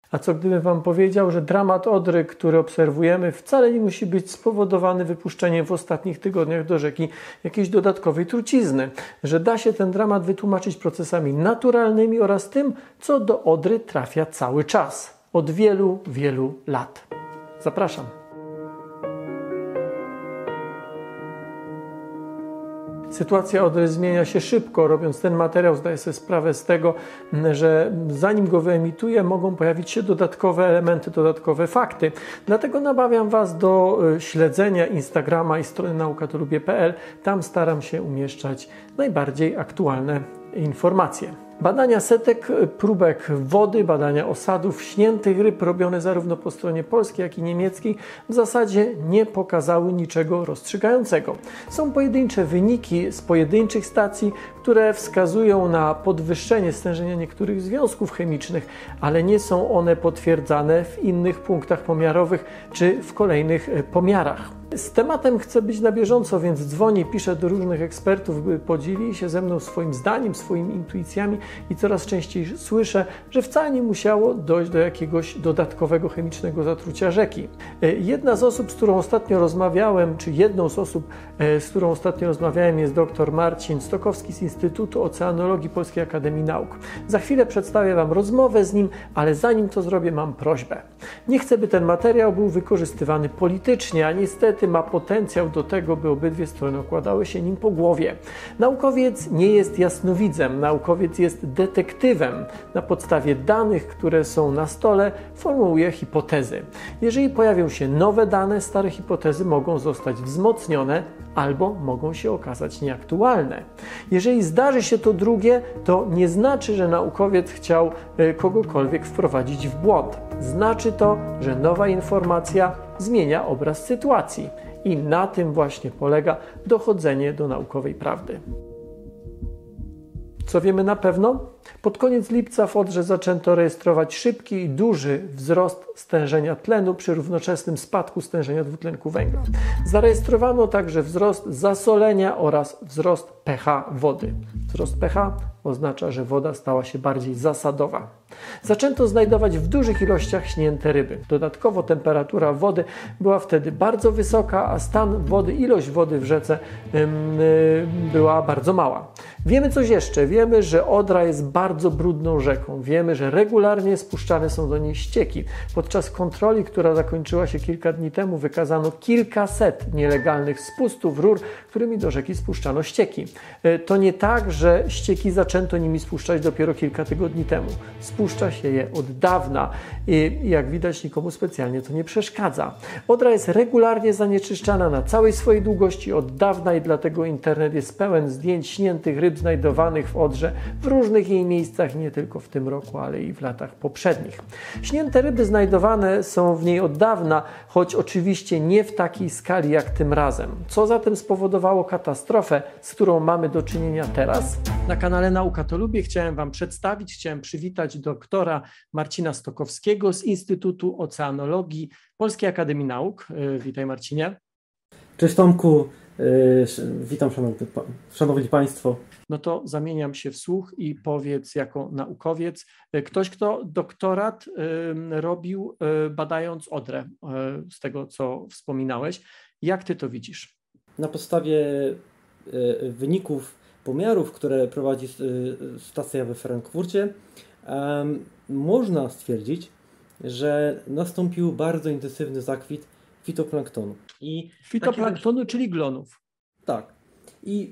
A co gdybym Wam powiedział, że dramat Odry, który obserwujemy, wcale nie musi być spowodowany wypuszczeniem w ostatnich tygodniach do rzeki jakiejś dodatkowej trucizny, że da się ten dramat wytłumaczyć procesami naturalnymi oraz tym, co do Odry trafia cały czas, od wielu, wielu lat. Zapraszam. Sytuacja Odry zmienia się szybko. Robiąc ten materiał, zdaję sobie sprawę z tego, że zanim go wyemituję, mogą pojawić się dodatkowe elementy, dodatkowe fakty. Dlatego namawiam Was do śledzenia Instagrama i strony naukatolubie.pl. Tam staram się umieszczać najbardziej aktualne informacje. Badania setek próbek wody, badania osadów śniętych ryb robione zarówno po stronie polskiej, jak i niemieckiej w zasadzie nie pokazały niczego rozstrzygającego. Są pojedyncze wyniki z pojedynczych stacji, które wskazują na podwyższenie stężenia niektórych związków chemicznych, ale nie są one potwierdzane w innych punktach pomiarowych czy w kolejnych pomiarach. Z tematem chcę być na bieżąco, więc dzwonię, piszę do różnych ekspertów, by podzielili się ze mną swoim zdaniem, swoimi intuicjami i coraz częściej słyszę, że wcale nie musiało dojść do jakiegoś dodatkowego chemicznego zatrucia rzeki. Jedna z osób, z którą ostatnio rozmawiałem, czy jedną z osób, z którą ostatnio rozmawiałem, jest dr Marcin Stokowski z Instytutu Oceanologii Polskiej Akademii Nauk. Za chwilę przedstawię Wam rozmowę z nim, ale zanim to zrobię, mam prośbę. Nie chcę, by ten materiał był wykorzystywany politycznie, a niestety ma potencjał do tego, by obydwie strony okładały się nim po głowie. Naukowiec nie jest jasnowidzem, naukowiec jest detektywem. Na podstawie danych, które są na stole, formułuje hipotezy. Jeżeli pojawią się nowe dane, stare hipotezy mogą zostać wzmocnione albo mogą się okazać nieaktualne. Jeżeli zdarzy się to drugie, to nie znaczy, że naukowiec chciał kogokolwiek wprowadzić w błąd. Znaczy to, że nowa informacja zmienia obraz sytuacji i na tym właśnie polega dochodzenie do naukowej prawdy. Co wiemy na pewno? Pod koniec lipca w Odrze zaczęto rejestrować szybki i duży wzrost stężenia tlenu przy równoczesnym spadku stężenia dwutlenku węgla. Zarejestrowano także wzrost zasolenia oraz wzrost pH wody. Wzrost pH oznacza, że woda stała się bardziej zasadowa. Zaczęto znajdować w dużych ilościach śnięte ryby. Dodatkowo temperatura wody była wtedy bardzo wysoka, a stan wody, ilość wody w rzece była bardzo mała. Wiemy coś jeszcze. Wiemy, że Odra jest bardzo brudną rzeką. Wiemy, że regularnie spuszczane są do niej ścieki. Podczas kontroli, która zakończyła się kilka dni temu, wykazano kilkaset nielegalnych spustów rur, którymi do rzeki spuszczano ścieki. To nie tak, że ścieki zaczęto nimi spuszczać dopiero kilka tygodni temu. Spuszcza się je od dawna i jak widać nikomu specjalnie to nie przeszkadza. Odra jest regularnie zanieczyszczana na całej swojej długości od dawna i dlatego internet jest pełen zdjęć śniętych ryb znajdowanych w Odrze w różnych jej miejscach, nie tylko w tym roku, ale i w latach poprzednich. Śnięte ryby znajdowane są w niej od dawna, choć oczywiście nie w takiej skali jak tym razem. Co zatem spowodowało katastrofę, z którą mamy do czynienia teraz? Na kanale Nauka to Lubię chciałem Wam przedstawić, chciałem przywitać doktora Marcina Stokowskiego z Instytutu Oceanologii Polskiej Akademii Nauk. Witaj, Marcinie. Cześć Tomku, witam szanowni Państwo. No to zamieniam się w słuch i powiedz jako naukowiec, ktoś, kto doktorat robił badając Odrę, z tego co wspominałeś. Jak Ty to widzisz? Na podstawie wyników pomiarów, które prowadzi stacja we Frankfurcie, można stwierdzić, że nastąpił bardzo intensywny zakwit fitoplanktonu. Fitoplanktonu, czyli glonów. Tak. I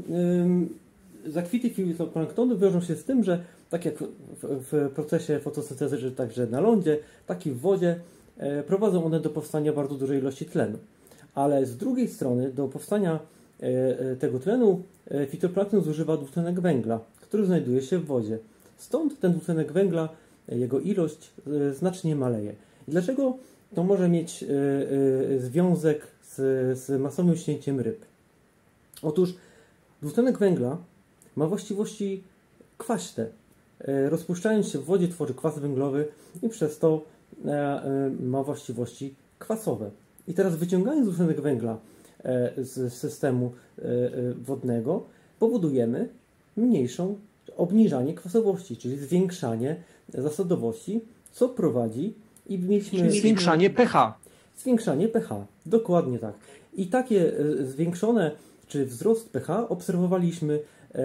zakwity fitoplanktonu wiążą się z tym, że tak jak w procesie fotosyntezy, czy także na lądzie, tak i w wodzie, prowadzą one do powstania bardzo dużej ilości tlenu. Ale z drugiej strony do powstania tego tlenu fitoplankton zużywa dwutlenek węgla, który znajduje się w wodzie. Stąd ten dwutlenek węgla, jego ilość znacznie maleje. I dlaczego to może mieć związek z masowym śnięciem ryb? Otóż dwutlenek węgla ma właściwości kwaśne. Rozpuszczając się w wodzie tworzy kwas węglowy i przez to ma właściwości kwasowe. I teraz wyciągając dwutlenek węgla z systemu wodnego powodujemy obniżanie kwasowości, czyli zwiększanie zasadowości co prowadzi i mieliśmy... Zwiększanie pH. Zwiększanie pH, dokładnie tak. I takie zwiększone, czy wzrost pH obserwowaliśmy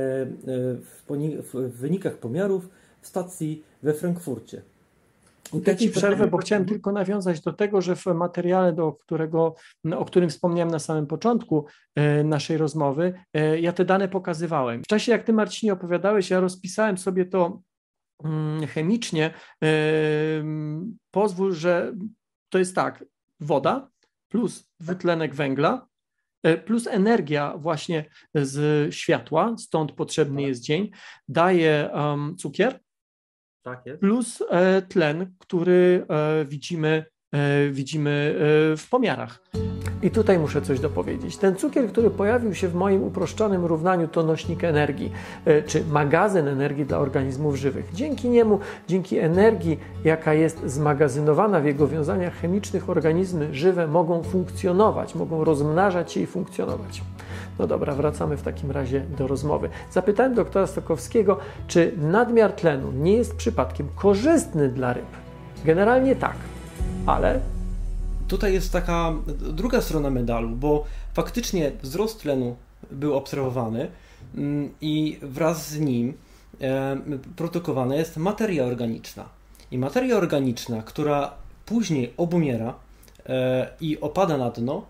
w wynikach pomiarów w stacji we Frankfurcie. Ja Ci przerwę, bo chciałem tylko nawiązać do tego, że w materiale, o którym wspomniałem na samym początku naszej rozmowy, ja te dane pokazywałem. W czasie, jak Ty, Marcinie, opowiadałeś, ja rozpisałem sobie to chemicznie. Pozwól, że to jest tak, woda plus dwutlenek węgla plus energia właśnie z światła, stąd potrzebny jest dzień, daje cukier, tak jest, plus tlen, który widzimy w pomiarach. I tutaj muszę coś dopowiedzieć. Ten cukier, który pojawił się w moim uproszczonym równaniu, to nośnik energii, czy magazyn energii dla organizmów żywych. Dzięki niemu, dzięki energii, jaka jest zmagazynowana w jego wiązaniach chemicznych, organizmy żywe mogą funkcjonować, mogą rozmnażać się i funkcjonować. No dobra, wracamy w takim razie do rozmowy. Zapytałem doktora Stokowskiego, czy nadmiar tlenu nie jest przypadkiem korzystny dla ryb. Generalnie tak, ale... Tutaj jest taka druga strona medalu, bo faktycznie wzrost tlenu był obserwowany i wraz z nim produkowana jest materia organiczna. I materia organiczna, która później obumiera i opada na dno,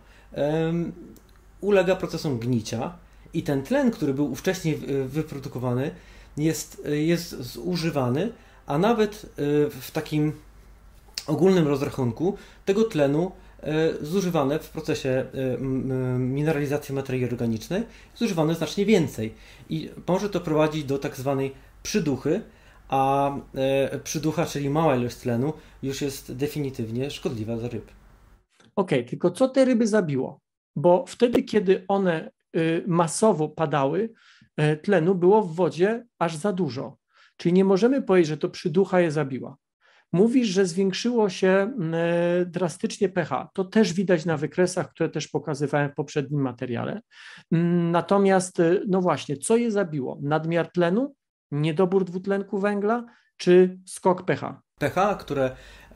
ulega procesom gnicia i ten tlen, który był wcześniej wyprodukowany, jest zużywany, a nawet w takim ogólnym rozrachunku tego tlenu zużywane w procesie mineralizacji materii organicznej zużywane znacznie więcej i może to prowadzić do tak zwanej przyduchy, a przyducha, czyli mała ilość tlenu, już jest definitywnie szkodliwa dla ryb. Okej, tylko co te ryby zabiło? Bo wtedy, kiedy one masowo padały, tlenu było w wodzie aż za dużo. Czyli nie możemy powiedzieć, że to przyducha je zabiła. Mówisz, że zwiększyło się drastycznie pH. To też widać na wykresach, które też pokazywałem w poprzednim materiale. Natomiast, no właśnie, co je zabiło? Nadmiar tlenu, niedobór dwutlenku węgla czy skok pH? pH, które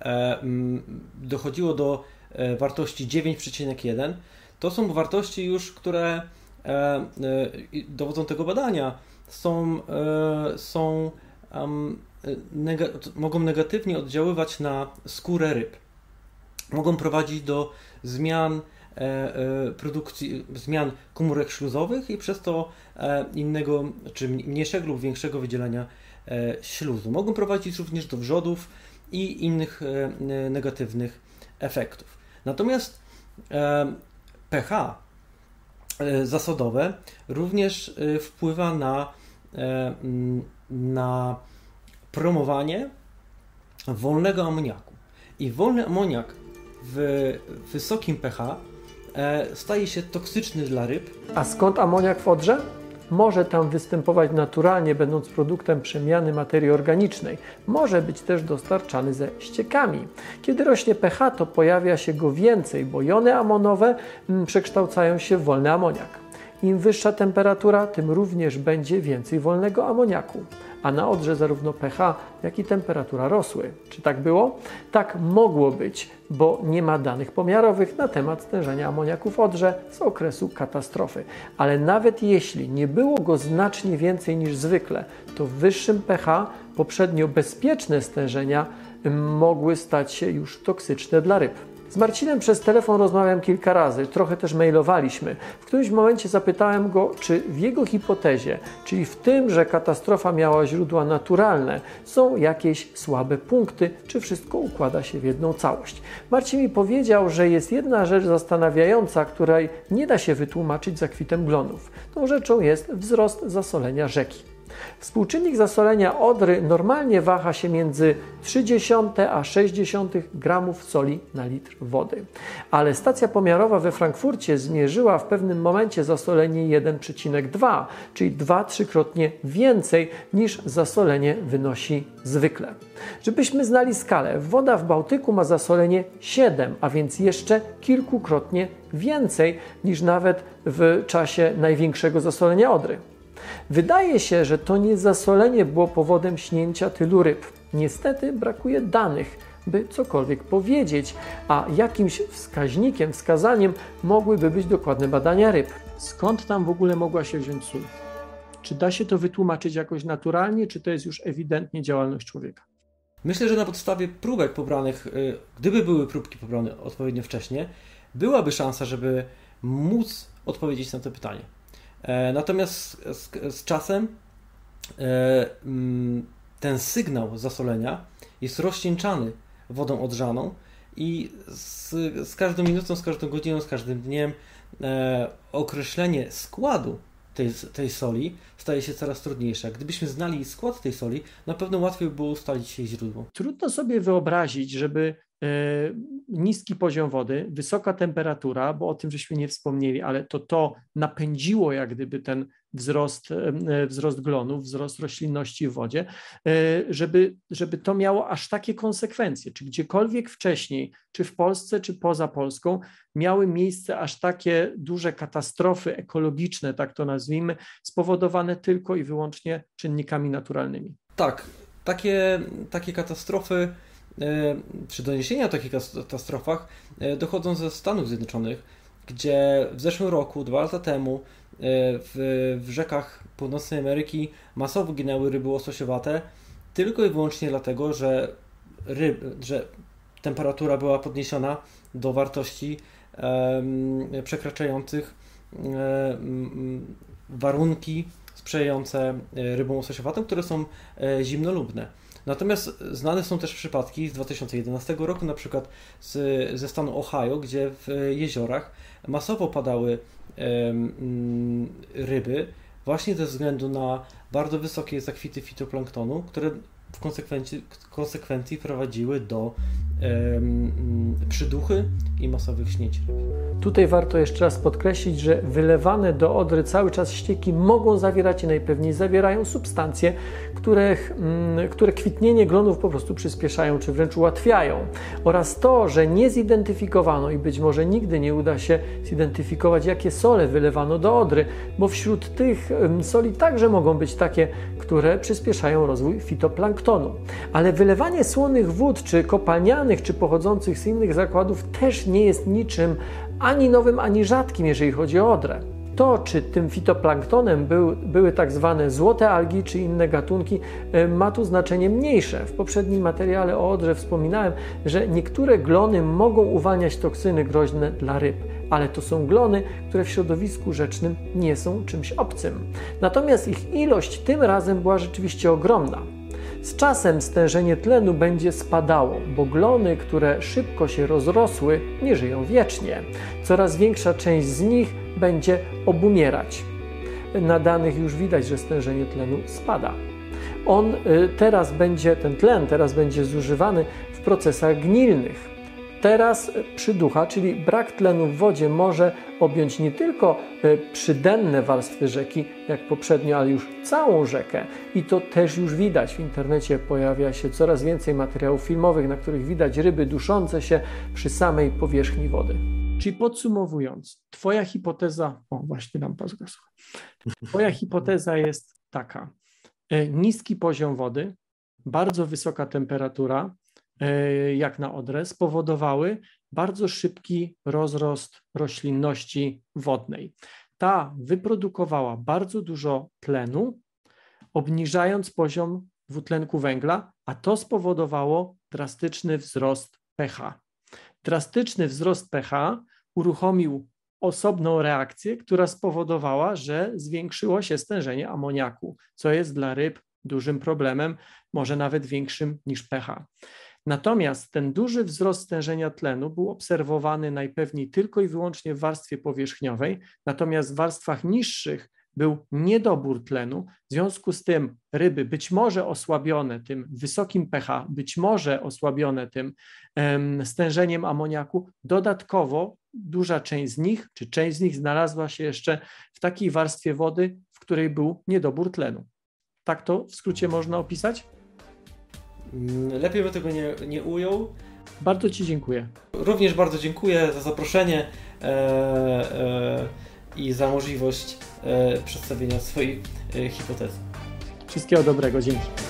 dochodziło do wartości 9,1, to są wartości już, które dowodzą tego badania, mogą negatywnie oddziaływać na skórę ryb. Mogą prowadzić do zmian zmian komórek śluzowych i przez to innego, czy mniejszego lub większego wydzielania śluzu. Mogą prowadzić również do wrzodów i innych negatywnych efektów. Natomiast pH zasadowe również wpływa na promowanie wolnego amoniaku. I wolny amoniak w wysokim pH staje się toksyczny dla ryb. A skąd amoniak w Odrze? Może tam występować naturalnie, będąc produktem przemiany materii organicznej. Może być też dostarczany ze ściekami. Kiedy rośnie pH, to pojawia się go więcej, bo jony amonowe przekształcają się w wolny amoniak. Im wyższa temperatura, tym również będzie więcej wolnego amoniaku. A na Odrze zarówno pH, jak i temperatura rosły. Czy tak było? Tak mogło być, bo nie ma danych pomiarowych na temat stężenia amoniaku w Odrze z okresu katastrofy. Ale nawet jeśli nie było go znacznie więcej niż zwykle, to w wyższym pH poprzednio bezpieczne stężenia mogły stać się już toksyczne dla ryb. Z Marcinem przez telefon rozmawiałem kilka razy, trochę też mailowaliśmy. W którymś momencie zapytałem go, czy w jego hipotezie, czyli w tym, że katastrofa miała źródła naturalne, są jakieś słabe punkty, czy wszystko układa się w jedną całość. Marcin mi powiedział, że jest jedna rzecz zastanawiająca, której nie da się wytłumaczyć zakwitem glonów. Tą rzeczą jest wzrost zasolenia rzeki. Współczynnik zasolenia Odry normalnie waha się między 0,3 a 0,6 gramów soli na litr wody. Ale stacja pomiarowa we Frankfurcie zmierzyła w pewnym momencie zasolenie 1,2, czyli 2-3-krotnie więcej niż zasolenie wynosi zwykle. Żebyśmy znali skalę, woda w Bałtyku ma zasolenie 7, a więc jeszcze kilkukrotnie więcej niż nawet w czasie największego zasolenia Odry. Wydaje się, że to nie zasolenie było powodem śnięcia tylu ryb. Niestety brakuje danych, by cokolwiek powiedzieć, a jakimś wskaźnikiem, wskazaniem mogłyby być dokładne badania ryb. Skąd tam w ogóle mogła się wziąć sól? Czy da się to wytłumaczyć jakoś naturalnie, czy to jest już ewidentnie działalność człowieka? Myślę, że na podstawie próbek pobranych, gdyby były próbki pobrane odpowiednio wcześnie, byłaby szansa, żeby móc odpowiedzieć na to pytanie. Natomiast z czasem ten sygnał zasolenia jest rozcieńczany wodą odrzaną i z każdą minutą, z każdą godziną, z każdym dniem określenie składu tej soli staje się coraz trudniejsze. Gdybyśmy znali skład tej soli, na pewno łatwiej by było ustalić jej źródło. Trudno sobie wyobrazić, żeby niski poziom wody, wysoka temperatura, bo o tym żeśmy nie wspomnieli, ale to napędziło jak gdyby ten wzrost glonów, wzrost roślinności w wodzie, żeby to miało aż takie konsekwencje. Czy gdziekolwiek wcześniej, czy w Polsce, czy poza Polską, miały miejsce aż takie duże katastrofy ekologiczne, tak to nazwijmy, spowodowane tylko i wyłącznie czynnikami naturalnymi. Tak, takie katastrofy, czy doniesienia o takich katastrofach dochodzą ze Stanów Zjednoczonych, gdzie w zeszłym roku, 2 lata temu, w rzekach północnej Ameryki masowo ginęły ryby łososiowate tylko i wyłącznie dlatego, że temperatura była podniesiona do wartości przekraczających warunki sprzyjające rybom łososiowatym, które są zimnolubne. Natomiast znane są też przypadki z 2011 roku, na przykład ze stanu Ohio, gdzie w jeziorach masowo padały ryby właśnie ze względu na bardzo wysokie zakwity fitoplanktonu, które w konsekwencji prowadziły do przyduchy i masowych śnięć ryb. Tutaj warto jeszcze raz podkreślić, że wylewane do Odry cały czas ścieki mogą zawierać i najpewniej zawierają substancje, które kwitnienie glonów po prostu przyspieszają czy wręcz ułatwiają. Oraz to, że nie zidentyfikowano i być może nigdy nie uda się zidentyfikować, jakie sole wylewano do Odry, bo wśród tych soli także mogą być takie, które przyspieszają rozwój fitoplanktonu. Ale wylewanie słonych wód, czy kopalnianych, czy pochodzących z innych zakładów też nie jest niczym ani nowym, ani rzadkim, jeżeli chodzi o Odrę. To, czy tym fitoplanktonem były tak zwane złote algi, czy inne gatunki, ma tu znaczenie mniejsze. W poprzednim materiale o Odrze wspominałem, że niektóre glony mogą uwalniać toksyny groźne dla ryb, ale to są glony, które w środowisku rzecznym nie są czymś obcym. Natomiast ich ilość tym razem była rzeczywiście ogromna. Z czasem stężenie tlenu będzie spadało, bo glony, które szybko się rozrosły, nie żyją wiecznie. Coraz większa część z nich będzie obumierać. Na danych już widać, że stężenie tlenu spada. Ten tlen teraz będzie zużywany w procesach gnilnych. Teraz przyducha, czyli brak tlenu w wodzie, może objąć nie tylko przydenne warstwy rzeki, jak poprzednio, ale już całą rzekę. I to też już widać. W internecie pojawia się coraz więcej materiałów filmowych, na których widać ryby duszące się przy samej powierzchni wody. Czyli podsumowując, Twoja hipoteza... O, właśnie lampa zgasła. Twoja hipoteza jest taka. Niski poziom wody, bardzo wysoka temperatura, jak na Odrę, spowodowały bardzo szybki rozrost roślinności wodnej. Ta wyprodukowała bardzo dużo tlenu, obniżając poziom dwutlenku węgla, a to spowodowało drastyczny wzrost pH. Drastyczny wzrost pH uruchomił osobną reakcję, która spowodowała, że zwiększyło się stężenie amoniaku, co jest dla ryb dużym problemem, może nawet większym niż pH. Natomiast ten duży wzrost stężenia tlenu był obserwowany najpewniej tylko i wyłącznie w warstwie powierzchniowej, natomiast w warstwach niższych był niedobór tlenu, w związku z tym ryby być może osłabione tym wysokim pH, być może osłabione tym stężeniem amoniaku, dodatkowo duża część z nich, czy część z nich znalazła się jeszcze w takiej warstwie wody, w której był niedobór tlenu. Tak to w skrócie można opisać? Lepiej bym tego nie ujął. Bardzo Ci dziękuję. Również bardzo dziękuję za zaproszenie i za możliwość przedstawienia swojej hipotezy. Wszystkiego dobrego, dzięki.